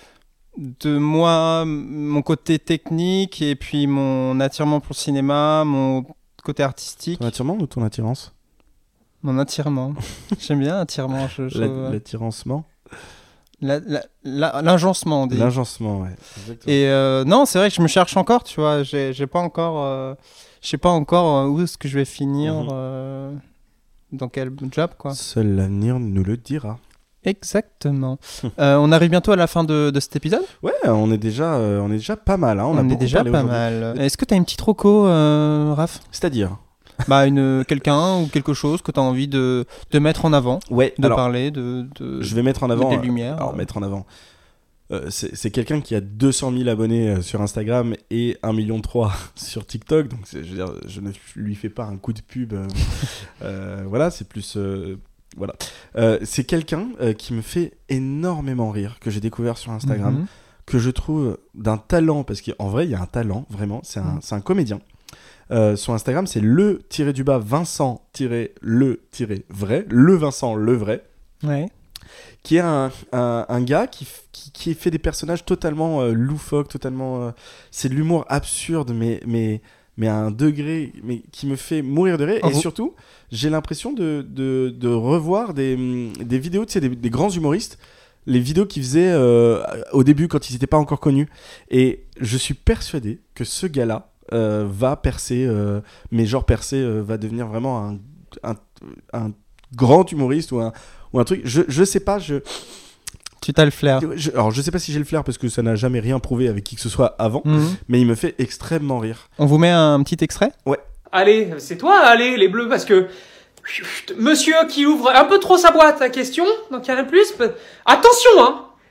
de moi, mon côté technique et puis mon attirement pour le cinéma, mon côté artistique,
Ton attirement ou ton attirance
mon attirement. J'aime bien l'attirement. Je, je-
La- L'attirancement
la- la- la- L'agencement, on dit.
L'agencement, ouais. Exactement.
Et euh, non, c'est vrai que je me cherche encore, tu vois. J'ai j'ai pas encore, euh, je sais pas encore euh, où est-ce que je vais finir,
Mhm.
euh, dans quel job, quoi.
Seul l'avenir nous le dira.
Exactement. Euh, on arrive bientôt à la fin de, de cet épisode.
Ouais, on est déjà, euh, on est déjà pas mal. Hein. On, a
est
beaucoup
déjà
parlé
pas
aujourd'hui.
mal. Est-ce que t'as une petite reco, euh, Raph?
C'est-à-dire
Bah, une quelqu'un ou quelque chose que t'as envie de, de mettre en avant,
Ouais,
de
alors,
parler, de, de
je vais mettre en avant.
des
euh,
lumières.
Alors, mettre en avant. Euh, c'est c'est quelqu'un qui a deux cent mille abonnés euh, sur Instagram et un virgule trois million sur TikTok. Donc, c'est- je veux dire, je ne lui fais pas un coup de pub. euh, euh, voilà, c'est plus. euh, voilà. Euh, c'est quelqu'un euh, qui me fait énormément rire, que j'ai découvert sur Instagram,
Mhm.
que je trouve d'un talent, parce qu'en vrai, il y a un talent, vraiment. C'est un,
Mhm.
c'est un comédien. Euh, sur Instagram, c'est le tiré du bas Vincent tiré le tiré vrai, le Vincent le vrai,
Ouais.
qui est un, un, un gars qui, f- qui, qui fait des personnages totalement euh, loufoques, totalement. euh, c'est de l'humour absurde, mais, mais, mais à un degré mais qui me fait mourir de rire.
Oh,
Et
vous-
surtout, j'ai l'impression de, de, de revoir des, hum, des vidéos, tu sais, des, des grands humoristes. Les vidéos qu'ils faisaient euh, au début quand ils n'étaient pas encore connus. Et je suis persuadé que ce gars-là euh, va percer, euh, mais genre percer, euh, va devenir vraiment un, un, un grand humoriste ou un, ou un truc. Je, je sais pas, je,
Tu t'as le flair.
je- alors je sais pas si j'ai le flair parce que ça n'a jamais rien prouvé avec qui que ce soit avant,
Mhm.
mais il me fait extrêmement rire.
On vous met un petit extrait.
Allez, c'est toi, allez, les bleus, parce que... Monsieur qui ouvre un peu trop sa boîte à question, donc il y a rien de plus. Attention, hein.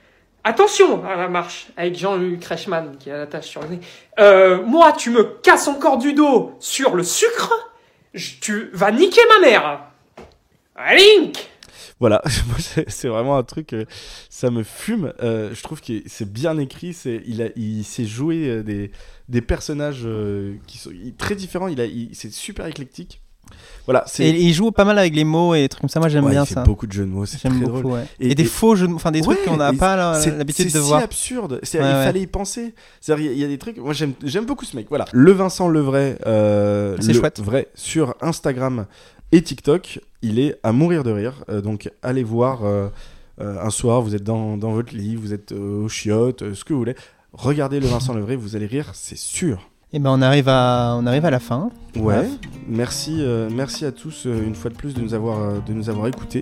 Attention à la marche avec Jean-Luc Reichmann qui a la tache sur le nez. Euh, moi, tu me casses encore du dos sur le sucre, je- tu vas niquer ma mère. Link.
Voilà, moi, c'est c'est vraiment un truc, euh, ça me fume. Euh, je trouve que c'est bien écrit, c'est, il, a, il sait jouer euh, des, des personnages euh, qui sont il- très différents, il a, il- c'est super éclectique. Voilà, c'est...
Et il joue pas mal avec les mots et des trucs comme ça. Moi, j'aime
Ouais,
bien
il fait
ça.
beaucoup de jeux de mots, c'est
J'aime
très
beaucoup,
drôle.
ouais. Et,
Et-
des
et-
faux jeux de mots, enfin des trucs
Ouais,
qu'on n'a
et
pas la-
c'est-
l'habitude
c'est
de
si
voir.
absurde. C'est,
Ouais,
il
ouais.
fallait y penser. C'est-à-dire, il y, a des trucs. Moi, j'aime, j'aime beaucoup ce mec. Voilà. Le Vincent Levray, euh,
C'est
le
chouette.
vrai sur Instagram et TikTok, il est à mourir de rire. Euh, donc, allez voir. euh, euh, un soir, vous êtes dans, dans votre lit, vous êtes euh, au chiottes, euh, ce que vous voulez. Regardez le Vincent Levray, vous allez rire, c'est sûr.
Et ben on arrive à on arrive à la fin.
Ouais.
Bref.
Merci, euh, merci à tous euh, une fois de plus de nous avoir, euh, de nous avoir écoutés.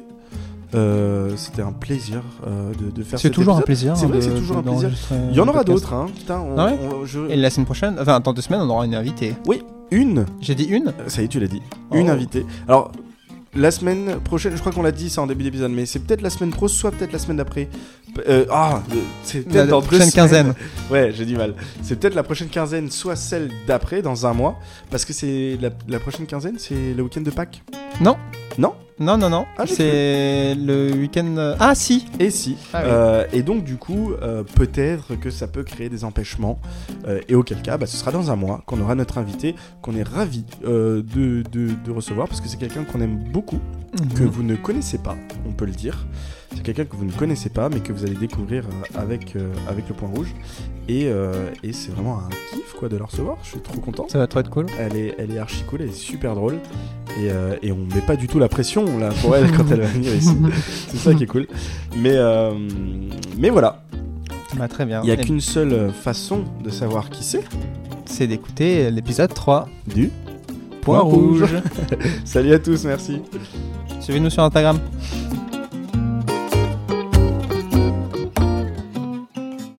Euh, c'était un plaisir euh, de, de faire
C'est
cet
toujours un
épisode.
plaisir.
C'est
hein,
vrai,
de-
c'est toujours
de-
un plaisir.
d'enregistrer
Il y en
le
aura
podcast.
d'autres, hein. Putain, on,
Ah ouais
on- je...
Et la semaine prochaine, enfin dans deux semaines, on aura une invitée.
Oui, une.
J'ai dit une.
Ça y est, tu l'as dit.
Oh.
Une invitée. Alors, la semaine prochaine, je crois qu'on l'a dit ça en début d'épisode, mais c'est peut-être la semaine pro, soit peut-être la semaine d'après. Euh, ah, euh, c'est peut-être
La
dans deux
prochaine
semaines.
quinzaine.
Ouais, j'ai du mal. C'est peut-être la prochaine quinzaine, soit celle d'après, dans un mois, parce que c'est la, la prochaine quinzaine, c'est le week-end de Pâques.
Non.
Non.
Non, non, non.
Ah, j'ai
c'est le week-end. euh, Ah, si.
Et si.
Ah oui.
Euh, et donc, du coup, euh, peut-être que ça peut créer des empêchements. Euh, et auquel cas, bah, ce sera dans un mois qu'on aura notre invité, qu'on est ravi euh, de, de, de recevoir, parce que c'est quelqu'un qu'on aime beaucoup, que
Mhm.
vous ne connaissez pas, on peut le dire. C'est quelqu'un que vous ne connaissez pas, mais que vous allez découvrir euh, avec, euh, avec le Point Rouge. Et, euh, et c'est vraiment un kiff quoi, de la recevoir. Je suis trop content.
Ça va trop être cool.
Elle est, elle est archi cool, elle est super drôle. Et, euh, et on met pas du tout la pression là, pour elle quand elle va venir ici. C'est ça qui est cool. Mais, euh, mais voilà,
Bah, très bien.
il n'y a
Et
qu'une seule façon de savoir qui c'est.
C'est d'écouter l'épisode trois.
Du
Point rouge.
Salut à tous, merci.
Suivez-nous sur Instagram.